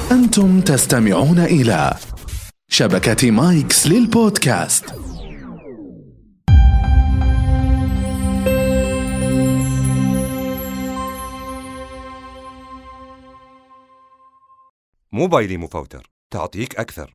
أنتم تستمعون إلى شبكة مايكس للبودكاست. موبايلي مفوتر، تعطيك أكثر.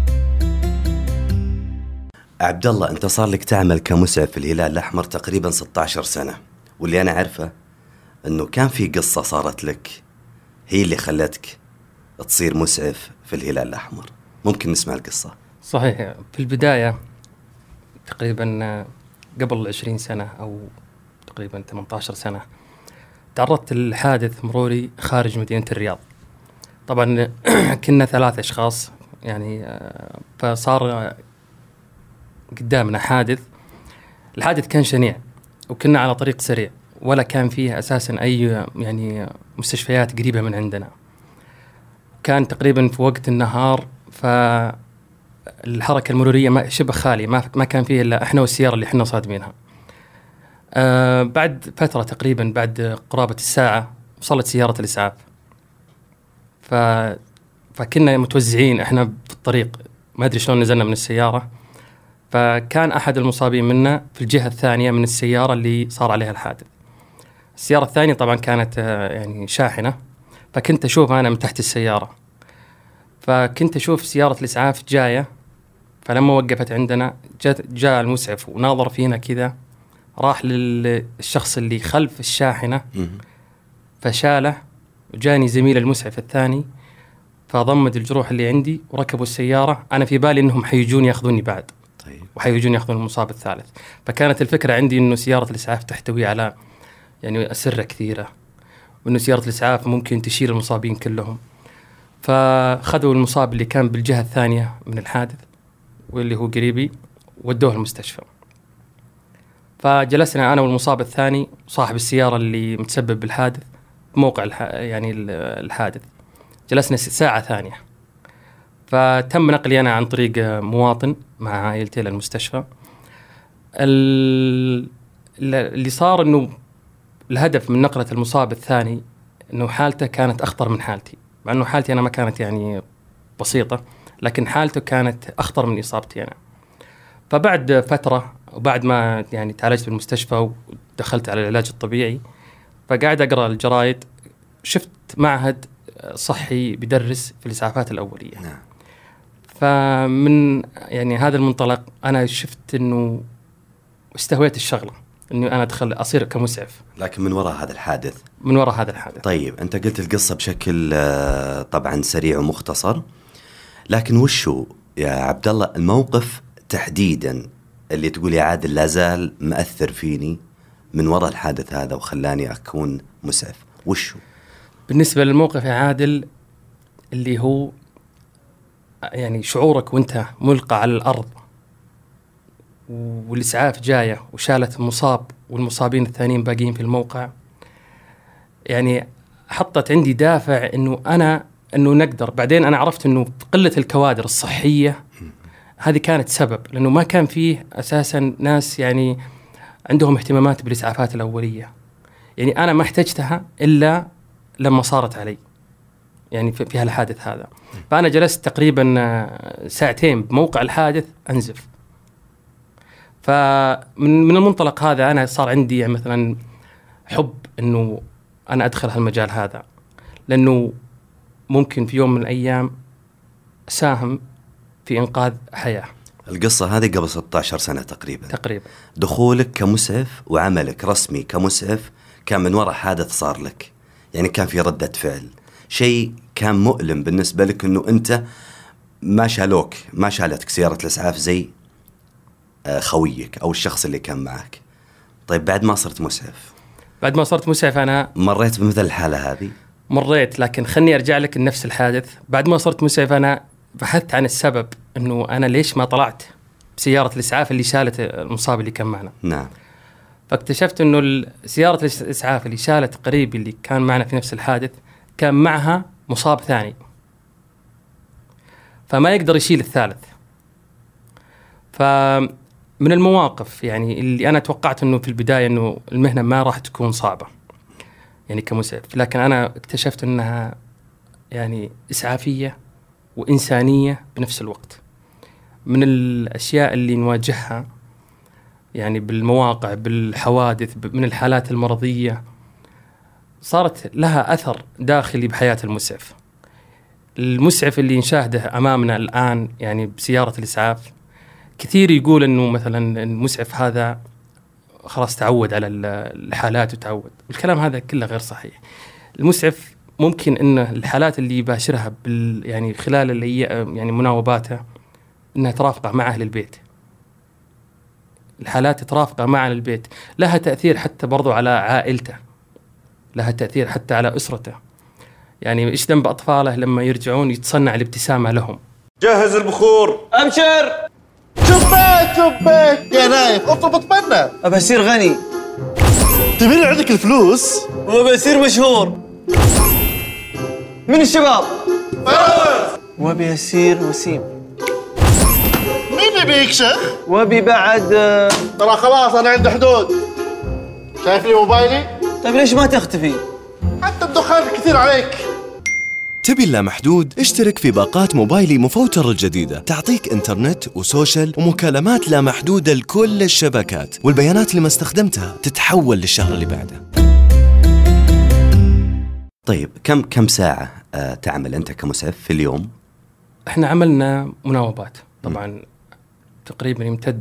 عبد الله، أنت صار لك تعمل كمسعف في الهلال الأحمر تقريبا 16 سنة، واللي أنا عارفه أنه كان في قصة صارت لك هي اللي خلتك تصير مسعف في الهلال الأحمر. ممكن نسمع القصة؟ صحيح. في البداية تقريبا قبل 20 سنة أو تقريبا 18 سنة تعرضت لحادث مروري خارج مدينة الرياض. طبعا كنا 3 أشخاص يعني، فصار قدامنا حادث. الحادث كان شنيع وكنا على طريق سريع، ولا كان فيه أساسا أي يعني مستشفيات قريبة من عندنا. كان تقريبا في وقت النهار، فالحركة المرورية شبه خالية، ما كان فيه إلا إحنا والسيارة اللي إحنا صادمينها. بعد فترة تقريبا بعد قرابة الساعة وصلت سيارة الإسعاف. فكنا متوزعين إحنا في الطريق، ما أدري شلون نزلنا من السيارة. فكان أحد المصابين منا في الجهة الثانية من السيارة اللي صار عليها الحادث. السيارة الثانية طبعا كانت يعني شاحنة، فكنت أشوف أنا من تحت السيارة، فكنت أشوف سيارة الإسعاف جاية. فلما وقفت عندنا جاء المسعف وناظر فينا كذا، راح للشخص اللي خلف الشاحنة فشاله، وجاني زميل المسعف الثاني فضمد الجروح اللي عندي وركبوا السيارة. أنا في بالي أنهم حيجون يأخذوني بعد، وحيجون يأخذون المصاب الثالث. فكانت الفكرة عندي أنه سيارة الإسعاف تحتوي على يعني أسرة كثيرة، وأنه سيارة الإسعاف ممكن تشيل المصابين كلهم. فخذوا المصاب اللي كان بالجهة الثانية من الحادث واللي هو قريبي، ودوه المستشفى. فجلسنا أنا والمصاب الثاني صاحب السيارة اللي متسبب بالحادث بموقع يعني الحادث. جلسنا ساعة ثانية، فتم نقلي أنا عن طريق مواطن مع عائلتي للمستشفى. اللي صار أنه الهدف من نقلة المصاب الثاني أنه حالته كانت أخطر من حالتي، مع أنه حالتي أنا ما كانت يعني بسيطة، لكن حالته كانت أخطر من إصابتي أنا. فبعد فترة وبعد ما يعني تعالجت بالمستشفى ودخلت على العلاج الطبيعي، فقاعد أقرأ الجرائد، شفت معهد صحي بدرس في الإسعافات الأولية. نعم. فمن يعني هذا المنطلق أنا شفت أنه استهويت الشغلة، أنه أنا أصير كمسعف. لكن من وراء هذا الحادث. من وراء هذا الحادث. طيب، أنت قلت القصة بشكل طبعا سريع ومختصر، لكن وشو يا عبد الله الموقف تحديدا اللي تقول يا عادل لازال مأثر فيني من وراء الحادث هذا وخلاني أكون مسعف؟ وشو بالنسبة للموقف يا عادل؟ اللي هو يعني شعورك وانت ملقى على الأرض والإسعاف جاية وشالت المصاب والمصابين الثانيين باقيين في الموقع، يعني حطت عندي دافع إنه نقدر. بعدين أنا عرفت إنه قلة الكوادر الصحية هذه كانت سبب، لأنه ما كان فيه أساسا ناس يعني عندهم اهتمامات بالإسعافات الأولية. يعني أنا ما احتجتها إلا لما صارت علي يعني في هالحادث هذا. فأنا جلست تقريبا ساعتين بموقع الحادث أنزف. فمن المنطلق هذا أنا صار عندي يعني مثلا حب إنه أنا أدخل هالمجال هذا، لأنه ممكن في يوم من الأيام أساهم في إنقاذ حياة. القصة هذه قبل 16 سنة تقريبا. دخولك كمسعف وعملك رسمي كمسعف كان من وراء حادث صار لك، يعني كان في ردة فعل، شيء كان مؤلم بالنسبة لك إنه أنت ما شالتك سيارة الإسعاف زي خويك أو الشخص اللي كان معك. طيب، بعد ما صرت مسعف أنا مريت بمثل الحالة هذه؟ مريت، لكن خلني أرجع لك لنفس الحادث. بعد ما صرت مسعف أنا بحثت عن السبب، إنه أنا ليش ما طلعت بسيارة الإسعاف اللي شالت المصاب اللي كان معنا. نعم. فاكتشفت إنه سيارة الإسعاف اللي شالت قريبي اللي كان معنا في نفس الحادث كان معها مصاب ثاني، فما يقدر يشيل الثالث. فمن المواقف يعني اللي أنا توقعت إنه في البداية إنه المهنة ما راح تكون صعبة يعني كمسعف، لكن أنا اكتشفت إنها يعني إسعافية وإنسانية بنفس الوقت. من الأشياء اللي نواجهها يعني بالمواقع، بالحوادث، من الحالات المرضية، صارت لها أثر داخلي بحياة المسعف. المسعف اللي نشاهده أمامنا الآن يعني بسيارة الإسعاف، كثير يقول أنه مثلا المسعف هذا خلاص تعود على الحالات وتعود. الكلام هذا كله غير صحيح. المسعف ممكن أن الحالات اللي يباشرها يعني خلال يعني مناوباته أنها ترافقه مع أهل البيت. الحالات ترافقه مع أهل البيت لها تأثير حتى برضو على عائلته، لها تأثير حتى على أسرته. يعني إيش ذنب أطفاله لما يرجعون يتصنع الابتسامة لهم. جهز البخور. أبشر. شبيك يا نايف، اطلب اتمنى. أبى أصير غني. تبين عندك الفلوس وأبى أصير مشهور. من الشباب؟ فارس. وأبي أصير وسيم. مين يبي يكشخ؟ وأبي بعد ترى خلاص أنا عندي حدود. شايف لي موبايلي؟ طيب ليش ما تختفي؟ حتى الدخان كثير عليك. تبي اللامحدود؟ اشترك في باقات موبايلي مفوتر الجديدة، تعطيك انترنت وسوشيال ومكالمات لا محدودة لكل الشبكات، والبيانات اللي ما استخدمتها تتحول للشهر اللي بعده. طيب كم ساعة تعمل أنت كمسعف في اليوم؟ احنا عملنا مناوبات طبعا تقريبا يمتد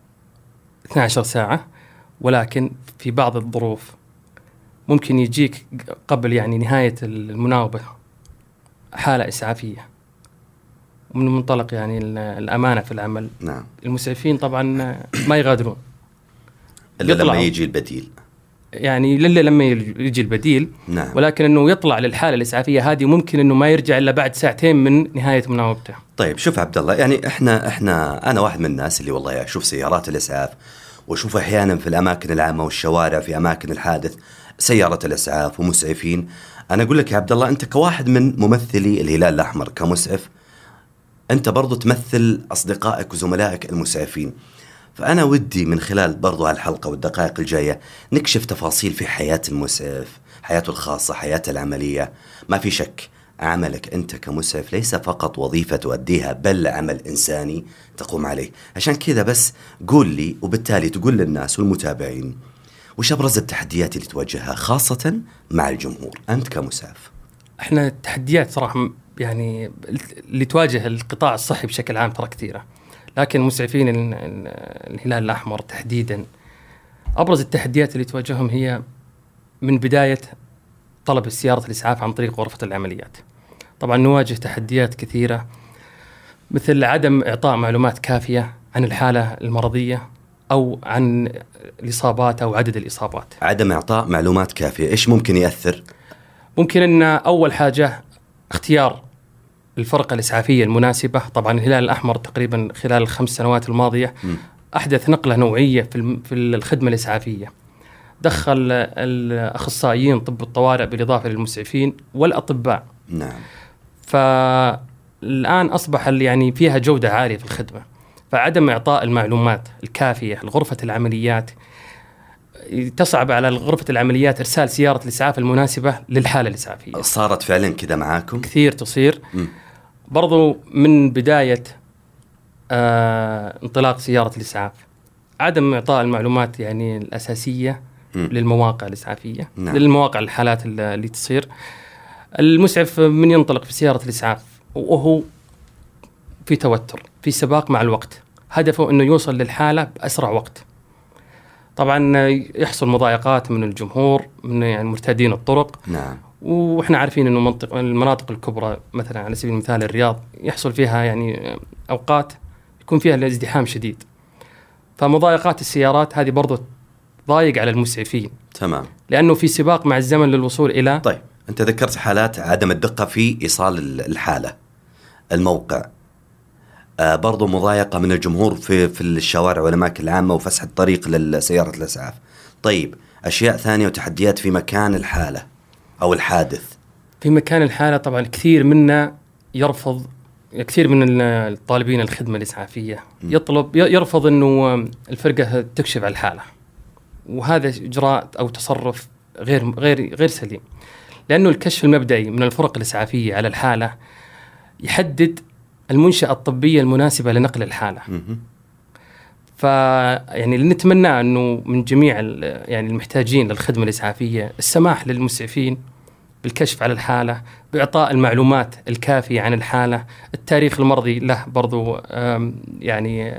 12 ساعة، ولكن في بعض الظروف ممكن يجيك قبل يعني نهاية المناوبة حالة إسعافية. ومن منطلق يعني الأمانة في العمل، نعم، المسعفين طبعا ما يغادرون إلا لما يجي البديل، يعني لما يجي البديل. نعم. ولكن أنه يطلع للحالة الإسعافية هذه ممكن أنه ما يرجع إلا بعد ساعتين من نهاية مناوبته. طيب شوف عبد الله، يعني أنا واحد من الناس اللي والله أشوف سيارات الإسعاف، وأشوف أحيانا في الأماكن العامة والشوارع في أماكن الحادث سيارة الإسعاف ومسعفين. أنا أقول لك يا عبد الله، أنت كواحد من ممثلي الهلال الأحمر كمسعف، أنت برضو تمثل أصدقائك وزملائك المسعفين. فأنا ودي من خلال برضو هالحلقة والدقائق الجاية نكشف تفاصيل في حياة المسعف، حياته الخاصة، حياته العملية. ما في شك عملك أنت كمسعف ليس فقط وظيفة تؤديها، بل عمل إنساني تقوم عليه. عشان كذا بس قول لي، وبالتالي تقول للناس والمتابعين، وش أبرز التحديات اللي تواجهها خاصة مع الجمهور أنت كمسعف؟ احنا التحديات صراحة يعني اللي تواجه القطاع الصحي بشكل عام ترى كثيرة، لكن مسعفين الهلال الأحمر تحديدا أبرز التحديات اللي تواجههم هي من بداية طلب سيارة الإسعاف عن طريق غرفة العمليات. طبعا نواجه تحديات كثيرة، مثل عدم إعطاء معلومات كافية عن الحالة المرضية أو عن الإصابات أو عدد الإصابات. عدم إعطاء معلومات كافية إيش ممكن يأثر؟ ممكن أن أول حاجة اختيار الفرقة الإسعافية المناسبة. طبعا الهلال الأحمر تقريبا خلال ال5 سنوات الماضية أحدث نقلة نوعية في الخدمة الإسعافية. دخل الأخصائيين طب الطوارئ بالإضافة للمسعفين والأطباء. نعم. فالآن أصبح يعني فيها جودة عالية في الخدمة. فعدم إعطاء المعلومات الكافية لغرفة العمليات تصعب على غرفة العمليات إرسال سيارة الإسعاف المناسبة للحالة الإسعافية. صارت فعلا كذا معاكم؟ كثير تصير. برضو من بداية انطلاق سيارة الإسعاف عدم إعطاء المعلومات يعني الأساسية للمواقع الإسعافية. نعم. للمواقع الحالات اللي تصير. المسعف من ينطلق في سيارة الإسعاف وهو في توتر، في سباق مع الوقت، هدفه أنه يوصل للحالة بأسرع وقت. طبعا يحصل مضايقات من الجمهور، من يعني مرتادين الطرق. نعم. وإحنا عارفين أنه المناطق الكبرى مثلا على سبيل المثال الرياض يحصل فيها يعني أوقات يكون فيها الازدحام شديد، فمضايقات السيارات هذه برضو ضايق على المسعفين. تمام. لأنه في سباق مع الزمن للوصول إلى. طيب أنت ذكرت حالات عدم الدقة في إيصال الحالة، الموقع، برضو مضايقة من الجمهور في الشوارع والأماكن العامة وفسح الطريق للسيارة الإسعاف. طيب أشياء ثانية وتحديات في مكان الحالة أو الحادث؟ في مكان الحالة طبعا كثير منا يرفض، كثير من الطالبين الخدمة الإسعافية يرفض أنه الفرقة تكشف على الحالة، وهذا إجراء أو تصرف غير سليم. لأنه الكشف المبدئي من الفرق الإسعافية على الحالة يحدد المنشأة الطبية المناسبة لنقل الحالة. فيعني اللي نتمناه أنه من جميع يعني المحتاجين للخدمة الإسعافية السماح للمسعفين بالكشف على الحالة، بإعطاء المعلومات الكافية عن الحالة، التاريخ المرضي له برضو يعني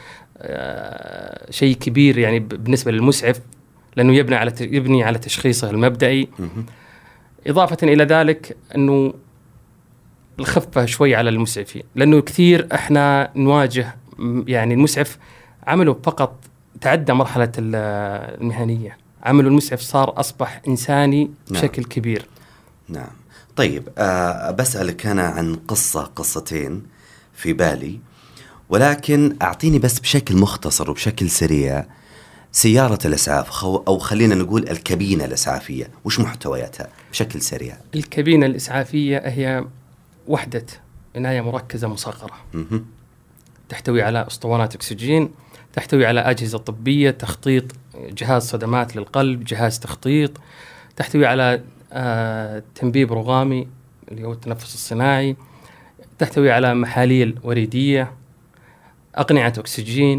شيء كبير يعني بالنسبة للمسعف، لأنه يبني على تشخيصه المبدئي. إضافة إلى ذلك أنه الخفة شوي على المسعفين، لأنه كثير إحنا نواجه يعني المسعف عمله فقط تعدى مرحلة المهنية، عمله المسعف أصبح إنساني بشكل كبير. نعم. طيب بسألك أنا عن قصتين في بالي، ولكن أعطيني بس بشكل مختصر وبشكل سريع سيارة الإسعاف أو خلينا نقول الكابينة الإسعافية، وش محتوياتها بشكل سريع؟ الكابينة الإسعافية هي وحدة عناية مركزة مصغرة تحتوي على أسطوانات أكسجين، تحتوي على أجهزة طبية، تخطيط، جهاز صدمات للقلب، جهاز تخطيط، تحتوي على تنبيب رغامي اللي هو التنفس الصناعي، تحتوي على محاليل وريدية، أقنعة أكسجين،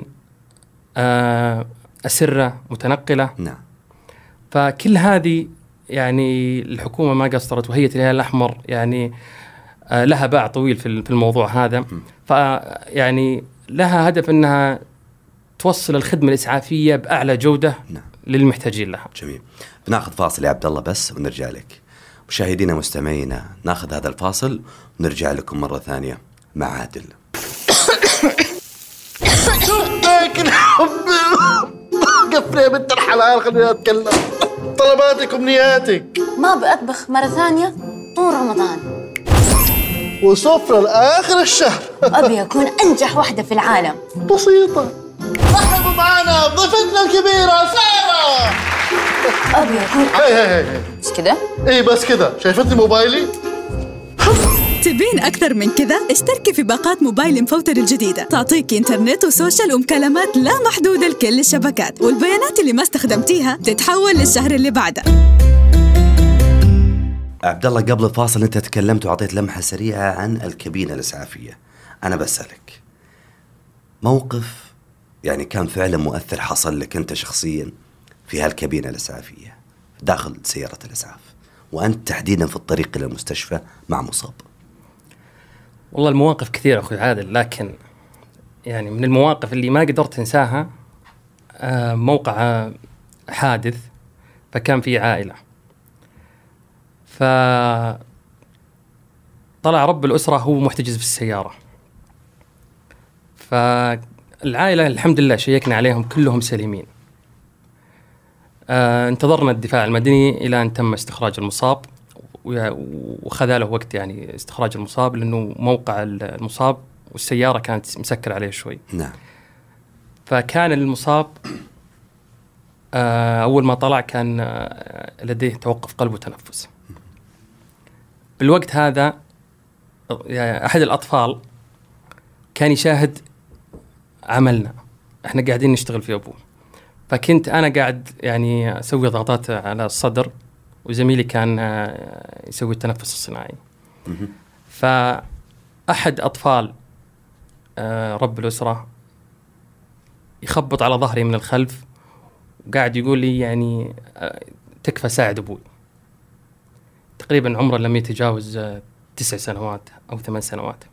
أسرة متنقلة. نعم. فكل هذه يعني الحكومة ما قصرت، وهيئة الهلال الأحمر يعني لها باع طويل في الموضوع هذا. فيعني لها هدف أنها توصل الخدمة الإسعافية بأعلى جودة للمحتاجين لها. جميل. بناخذ فاصل يا عبد الله بس ونرجع لك. مشاهدينا مستمعينا ناخذ هذا الفاصل ونرجع لكم مرة ثانية مع عادل. قفل يا بنت الحلال، خليني أتكلم. طلباتك وامنياتك. ما بأطبخ مرة ثانية طول رمضان، وسفرة لآخر الشهر. أبي أكون أنجح واحدة في العالم. بسيطة. رحبوا معنا ضيفتنا الكبيرة سارة. أبي أكون هي بس كده؟ إيه بس كده، شايفتني موبايلي؟ تبين أكثر من كذا؟ اشتركي في باقات موبايل مفوتر الجديدة، تعطيك إنترنت وسوشيال ومكالمات لا محدودة لكل الشبكات، والبيانات اللي ما استخدمتيها تتحول للشهر اللي بعده. عبد الله قبل الفاصل أنت تكلمت وعطيت لمحة سريعة عن الكابينة الإسعافية. أنا بسألك موقف يعني كان فعلا مؤثر حصل لك أنت شخصيا في هالكابينة الإسعافية داخل سيارة الإسعاف، وأنت تحديدا في الطريق إلى المستشفى مع مصاب. والله المواقف كثيرة أخوي عادل، لكن يعني من المواقف اللي ما قدرت أنساها موقع حادث، فكان في عائلة، فطلع رب الأسرة هو محتجز في السيارة، فالعائلة الحمد لله شيكنا عليهم كلهم سليمين. انتظرنا الدفاع المدني إلى أن تم استخراج المصاب، وخذ له وقت يعني استخراج المصاب، لأنه موقع المصاب والسيارة كانت مسكر عليه شوي. نعم. فكان المصاب أول ما طلع كان لديه توقف قلب وتنفس. بالوقت هذا أحد الأطفال كان يشاهد عملنا، احنا قاعدين نشتغل في أبوه، فكنت أنا قاعد يعني أسوي ضغطات على الصدر، وزميلي كان يسوي التنفس الصناعي. فأحد أطفال رب الأسرة يخبط على ظهري من الخلف، وقاعد يقول لي يعني تكفى ساعد أبوي. تقريبا عمره لم يتجاوز 9 سنوات أو 8 سنوات.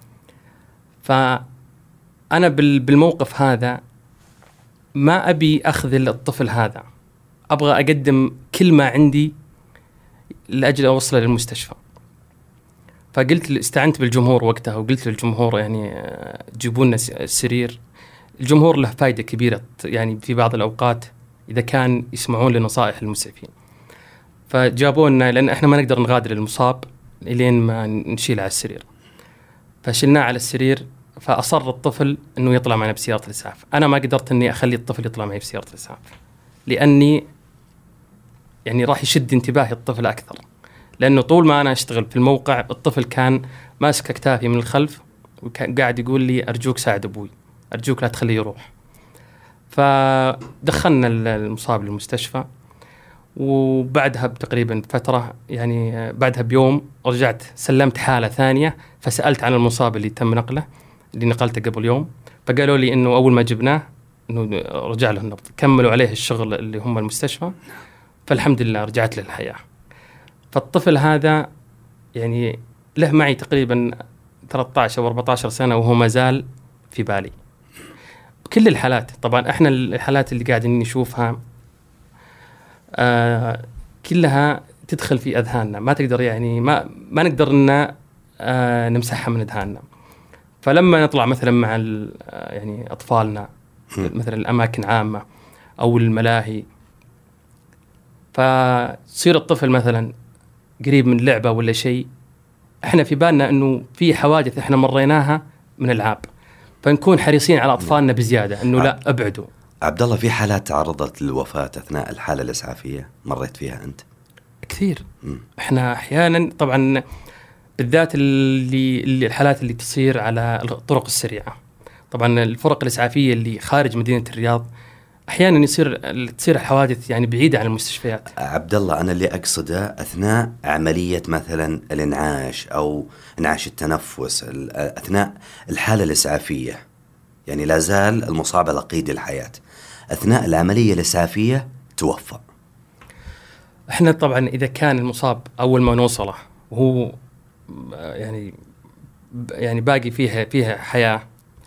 فأنا بالموقف هذا ما أبي أخذل الطفل هذا، أبغى أقدم كل ما عندي لأجل أوصله للمستشفى. فقلت استعنت بالجمهور وقتها، وقلت للجمهور يعني جيبوا لنا السرير. الجمهور له فائدة كبيرة يعني في بعض الأوقات إذا كان يسمعون لنصائح المسعفين، فجابوا لنا، لأن إحنا ما نقدر نغادر المصاب إلين ما نشيل على السرير. فشلناه على السرير، فأصر الطفل أنه يطلع معنا بسيارة الإسعاف. أنا ما قدرت أني أخلي الطفل يطلع معي بسيارة الإسعاف، لأني يعني راح يشد انتباهي الطفل أكثر، لأنه طول ما أنا أشتغل في الموقع الطفل كان ماسك أكتافي من الخلف وقاعد يقول لي أرجوك ساعد أبوي، أرجوك لا تخليه يروح. فدخلنا المصاب للمستشفى، وبعدها تقريبا فترة يعني بعدها بيوم رجعت سلمت حالة ثانية، فسألت عن المصاب اللي تم نقله اللي نقلته قبل يوم، فقالوا لي إنه أول ما جبناه إنه رجع له النبض، كملوا عليه الشغل اللي هم المستشفى، فالحمد لله رجعت له الحياة. فالطفل هذا يعني له معي تقريبا 13 أو 14 سنة وهو ما زال في بالي. كل الحالات طبعا احنا الحالات اللي قاعدين نشوفها كلها تدخل في أذهاننا، ما تقدر يعني ما نقدر إن نمسحها من أذهاننا. فلما نطلع مثلا مع يعني أطفالنا مثلا الأماكن عامة أو الملاهي، فصير الطفل مثلا قريب من لعبة ولا شيء، احنا في بالنا إنه في حوادث احنا مريناها من ألعاب، فنكون حريصين على أطفالنا بزيادة إنه لا أبعدوا. عبد الله، في حالات تعرضت للوفاة أثناء الحالة الإسعافية مريت فيها أنت؟ كثير. احنا أحيانا طبعا بالذات اللي الحالات اللي تصير على الطرق السريعة، طبعا الفرق الإسعافية اللي خارج مدينة الرياض أحيانا تصير الحوادث يعني بعيدة عن المستشفيات. عبد الله، أنا اللي أقصده أثناء عملية مثلا الإنعاش أو إنعاش التنفس أثناء الحالة الإسعافية، يعني لا زال المصاب على قيد الحياة، أثناء العملية الإسعافية توفى. احنا طبعا إذا كان المصاب أول ما نوصله وهو يعني باقي فيها حياة،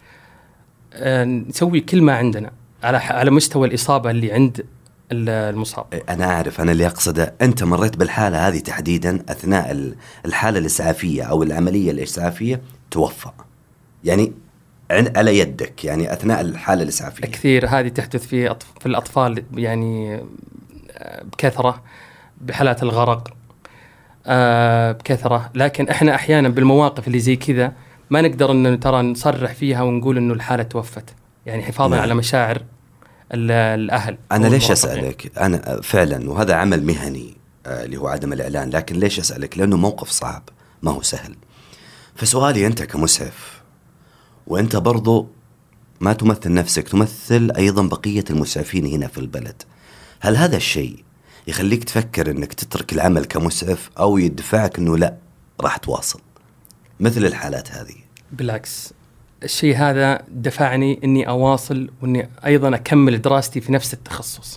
نسوي كل ما عندنا على مستوى الإصابة اللي عند المصاب. أنا أعرف، أنا اللي أقصده أنت مريت بالحالة هذه تحديدا أثناء الحالة الإسعافية أو العملية الإسعافية توفى، يعني على يدك، يعني أثناء الحالة الإسعافية. كثير هذه تحدث في الأطفال يعني بكثرة، بحالات الغرق بكثرة، لكن إحنا أحيانا بالمواقف اللي زي كذا ما نقدر إنه ترى نصرح فيها ونقول إنه الحالة توفت، يعني حفاظا على مشاعر الأهل. أنا ليش أسألك؟ أنا فعلا وهذا عمل مهني اللي هو عدم الإعلان، لكن ليش أسألك؟ لأنه موقف صعب ما هو سهل. فسؤالي أنت كمسعف، وأنت برضو ما تمثل نفسك، تمثل أيضا بقية المسعفين هنا في البلد، هل هذا الشيء يخليك تفكر أنك تترك العمل كمسعف أو يدفعك أنه لا راح تواصل مثل الحالات هذه؟ بالعكس، الشيء هذا دفعني أني أواصل وأني أيضا أكمل دراستي في نفس التخصص.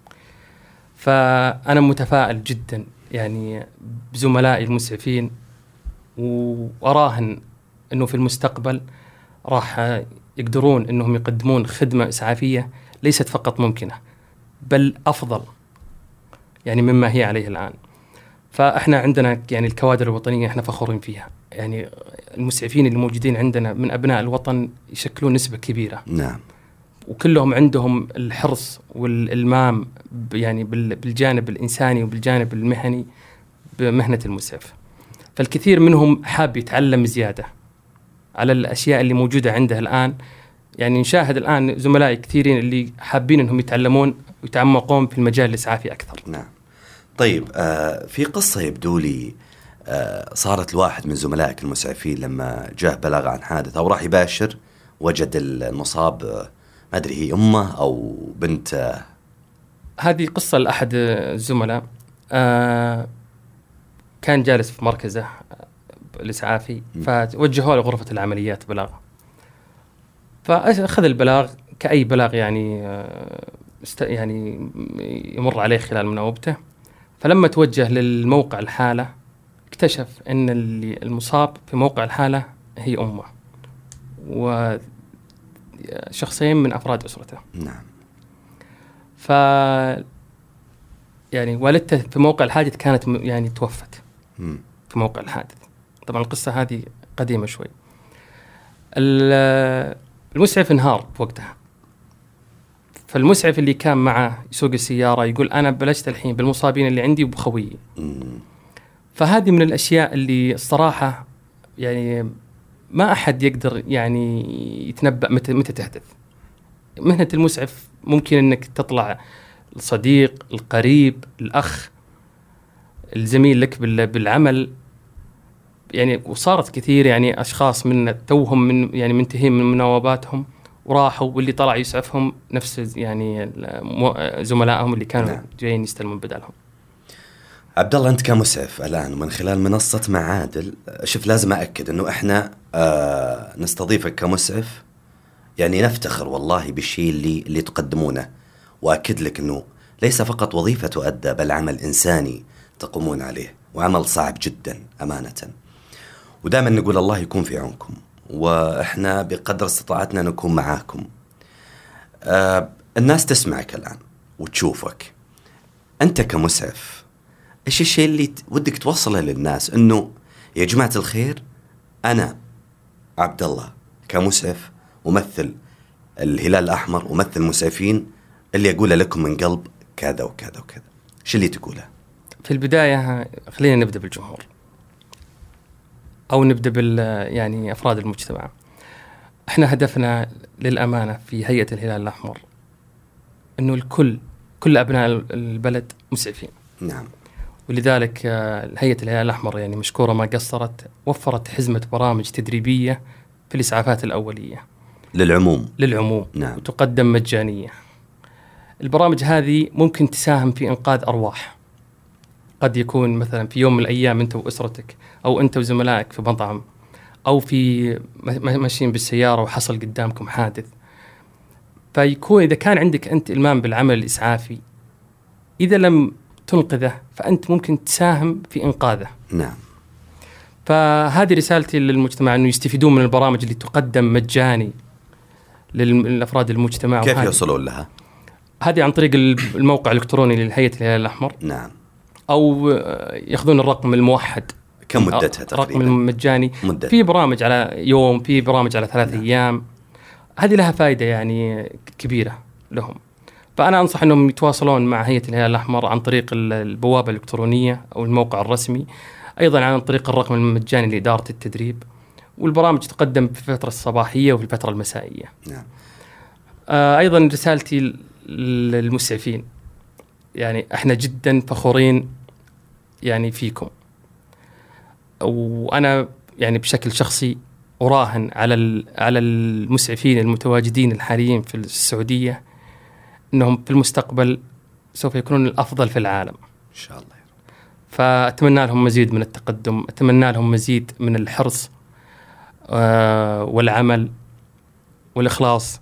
فأنا متفائل جدا يعني بزملائي المسعفين، وأراهن أنه في المستقبل راح يقدرون أنهم يقدمون خدمة إسعافية ليست فقط ممكنة بل أفضل يعني مما هي عليه الآن. فإحنا عندنا يعني الكوادر الوطنية إحنا فخورين فيها، يعني المسعفين اللي موجودين عندنا من أبناء الوطن يشكلون نسبة كبيرة. نعم. وكلهم عندهم الحرص والإلمام يعني بالجانب الإنساني وبالجانب المهني بمهنة المسعف. فالكثير منهم حاب يتعلم زيادة على الأشياء اللي موجودة عنده الآن. يعني نشاهد الآن زملائي كثيرين اللي حابين أنهم يتعلمون ويتعمقون في المجال الإسعافي أكثر. نعم. طيب، في قصة يبدو لي صارت الواحد من زملائك المسعفين لما جاء بلاغ عن حادث أو راح يباشر، وجد المصاب ما أدري هي أمه أو بنت. هذه قصة لأحد الزملاء، كان جالس في مركزه الإسعافي، فوجهوا له غرفة العمليات بلاغ، فأخذ البلاغ كأي بلاغ يعني يمر عليه خلال مناوبته. فلما توجه للموقع الحالة اكتشف أن المصاب في موقع الحالة هي أمه وشخصين من أفراد أسرته. نعم. يعني والدته في موقع الحادث كانت يعني توفت في موقع الحادث. طبعا القصة هذه قديمة شوي. المسعف انهار بوقتها، فالمسعف اللي كان معه يسوق السيارة يقول أنا بلشت الحين بالمصابين اللي عندي وبخويي. فهذه من الأشياء اللي الصراحة يعني ما أحد يقدر يعني يتنبأ متى تحدث. مهنة المسعف ممكن أنك تطلع الصديق، القريب، الأخ، الزميل لك بالعمل، يعني وصارت كثير يعني أشخاص من توهم من يعني منتهين من مناوباتهم وراحوا، واللي طلع يسعفهم نفس يعني زملائهم اللي كانوا جايين يستلمون بدلهم. عبد الله، أنت كمسعف الآن ومن خلال منصة معادل، شوف لازم أأكد أنه إحنا نستضيفك كمسعف، يعني نفتخر والله بالشيء اللي تقدمونه، وأكد لك أنه ليس فقط وظيفة تؤدى بل عمل إنساني تقومون عليه، وعمل صعب جدا أمانة. ودائما نقول الله يكون في عونكم، وإحنا بقدر استطاعتنا نكون معاكم. الناس تسمعك الآن وتشوفك، أنت كمسعف إيش الشيء اللي ودك توصله للناس؟ إنه يا جماعة الخير، أنا عبد الله كمسعف ممثل الهلال الأحمر وممثل المسعفين، اللي أقوله لكم من قلب كذا وكذا وكذا. إيش اللي تقوله؟ في البداية خلينا نبدأ بالجمهور، أو نبدأ يعني أفراد المجتمع. إحنا هدفنا للأمانة في هيئة الهلال الأحمر إنه كل أبناء البلد مسعفين. نعم. ولذلك هيئة الهلال الأحمر يعني مشكورة ما قصرت، وفرت حزمة برامج تدريبية في الإسعافات الأولية للعموم. نعم. وتقدم مجانية. البرامج هذه ممكن تساهم في إنقاذ أرواح. قد يكون مثلا في يوم من الأيام أنت وأسرتك أو أنت وزملائك في مطعم، أو في ماشيين بالسيارة وحصل قدامكم حادث، فيكون إذا كان عندك أنت إلمام بالعمل الإسعافي، إذا لم تنقذه فأنت ممكن تساهم في إنقاذه. نعم. فهذه رسالتي للمجتمع، أنه يستفيدون من البرامج اللي تقدم مجاني للأفراد المجتمع. كيف يوصلون لها؟ هذه عن طريق الموقع الإلكتروني للهيئة الهلال الأحمر. نعم. أو يأخذون الرقم الموحد. كم مدتها تقريبا؟ رقم مجاني. في برامج على يوم، في برامج على 3 أيام. هذه لها فائدة يعني كبيرة لهم. فأنا أنصح أنهم يتواصلون مع هيئة الهلال الأحمر عن طريق البوابة الإلكترونية أو الموقع الرسمي، أيضا عن طريق الرقم المجاني لإدارة التدريب. والبرامج تقدم في الفترة الصباحية وفي الفترة المسائية. نعم. أيضا رسالتي للمسعفين، يعني احنا جدا فخورين يعني فيكم، وانا يعني بشكل شخصي اراهن على المسعفين المتواجدين الحاليين في السعوديه انهم في المستقبل سوف يكونون الافضل في العالم ان شاء الله. فاتمنى لهم مزيد من التقدم، اتمنى لهم مزيد من الحرص والعمل والاخلاص،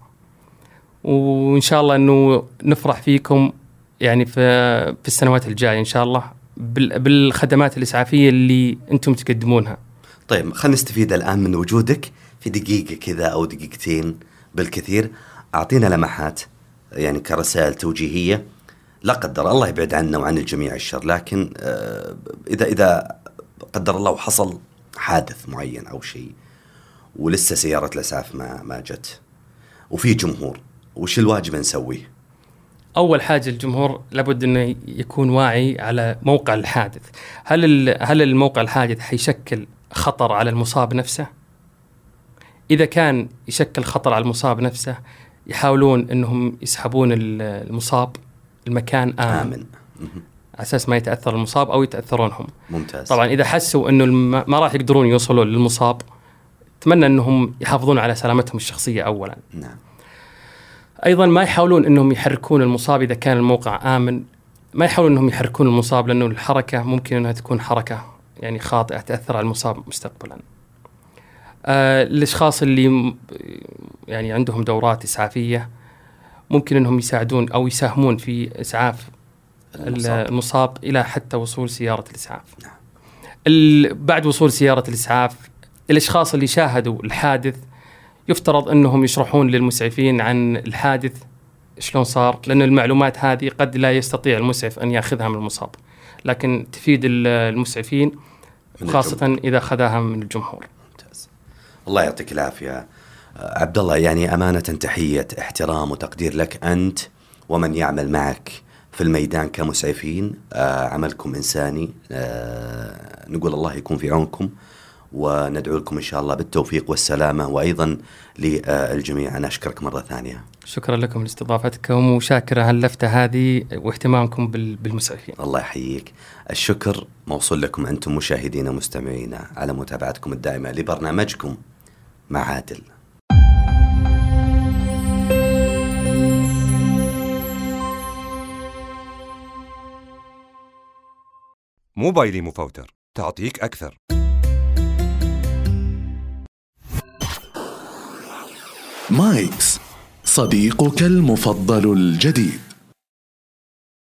وان شاء الله انه نفرح فيكم يعني في السنوات الجاية إن شاء الله بالخدمات الإسعافية اللي أنتم تقدمونها. طيب، خلينا نستفيد الآن من وجودك في دقيقة كذا أو دقيقتين بالكثير. أعطينا لمحات يعني كرسائل توجيهية، لا قدر الله يبعد عنا وعن الجميع الشر، لكن إذا قدر الله وحصل حادث معين أو شيء ولسه سيارة الإسعاف ما جت وفي جمهور، وش الواجب نسويه؟ أول حاجة الجمهور لابد أنه يكون واعي على موقع الحادث. هل الموقع الحادث حيشكل خطر على المصاب نفسه؟ إذا كان يشكل خطر على المصاب نفسه، يحاولون أنهم يسحبون المصاب المكان آمن على أساس ما يتأثر المصاب أو يتأثرون هم. ممتاز. طبعا إذا حسوا أنه ما راح يقدرون يوصلوا للمصاب، أتمنى أنهم يحافظون على سلامتهم الشخصية أولا. نعم. أيضا ما يحاولون أنهم يحركون المصاب إذا كان الموقع آمن، ما يحاولون أنهم يحركون المصاب، لأنه الحركة ممكن أنها تكون حركة يعني خاطئة تأثر على المصاب مستقبلا. الأشخاص اللي يعني عندهم دورات إسعافية ممكن أنهم يساعدون أو يساهمون في إسعاف المصاب إلى حتى وصول سيارة الإسعاف. بعد وصول سيارة الإسعاف، الأشخاص اللي شاهدوا الحادث يفترض أنهم يشرحون للمسعفين عن الحادث شلون صار، لأن المعلومات هذه قد لا يستطيع المسعف أن يأخذها من المصاب، لكن تفيد المسعفين خاصة إذا أخذها من الجمهور. ممتاز. الله يعطيك العافية عبد الله، يعني أمانة تحية احترام وتقدير لك أنت ومن يعمل معك في الميدان كمسعفين. عملكم إنساني، نقول الله يكون في عونكم، وندعو لكم إن شاء الله بالتوفيق والسلامة، وأيضا للجميع. أنا أشكرك مرة ثانية. شكرا لكم لاستضافتكم، وشاكر هاللفتة هذه واهتمامكم بالمسعفين. الله يحييك. الشكر موصول لكم أنتم مشاهدين ومستمعين على متابعتكم الدائمة لبرنامجكم معادل. موبايلي مفوتر، تعطيك أكثر. مايكس، صديقك المفضل الجديد.